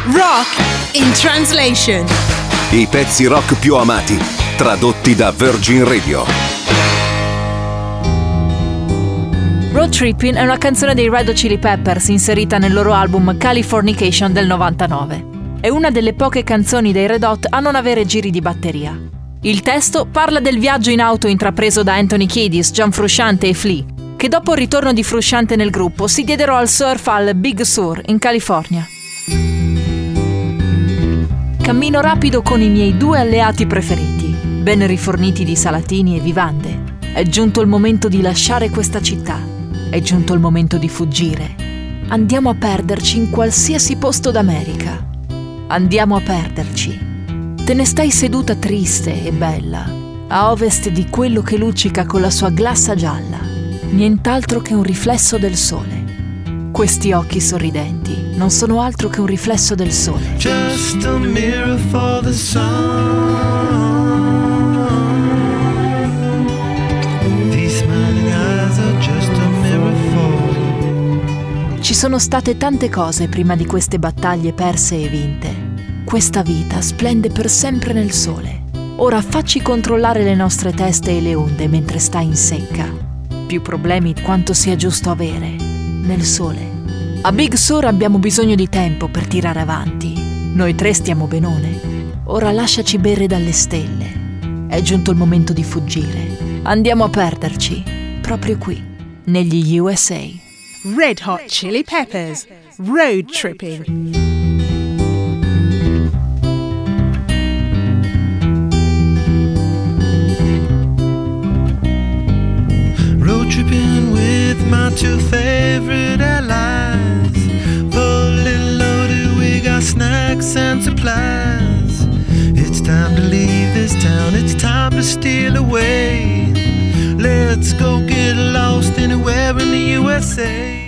Rock in Translation. I pezzi rock più amati, tradotti da Virgin Radio. Road Trippin' è una canzone dei Red Hot Chili Peppers inserita nel loro album Californication del 99. È una delle poche canzoni dei Red Hot a non avere giri di batteria. Il testo parla del viaggio in auto intrapreso da Anthony Kiedis, John Frusciante e Flea, che dopo il ritorno di Frusciante nel gruppo si diedero al surf al Big Sur in California. Cammino rapido con i miei due alleati preferiti, ben riforniti di salatini e vivande. È giunto il momento di lasciare questa città. È giunto il momento di fuggire. Andiamo a perderci in qualsiasi posto d'America. Andiamo a perderci. Te ne stai seduta triste e bella, a ovest di quello che luccica con la sua glassa gialla, nient'altro che un riflesso del sole. Questi occhi sorridenti non sono altro che un riflesso del sole. Just a mirror for the sun. These smiling eyes are just a mirror for. Ci sono state tante cose prima di queste battaglie perse e vinte. Questa vita splende per sempre nel sole. Ora facci controllare le nostre teste e le onde mentre sta in secca. Più problemi quanto sia giusto avere. Nel sole. A Big Sur abbiamo bisogno di tempo per tirare avanti. Noi tre stiamo benone. Ora lasciaci bere dalle stelle. È giunto il momento di fuggire. Andiamo a perderci. Proprio qui, negli USA. Red Hot Chili Peppers. Road Tripping. Road tripping with my two favorite allies. Fully loaded, we got snacks and supplies. It's time to leave this town, it's time to steal away. Let's go get lost anywhere in the USA.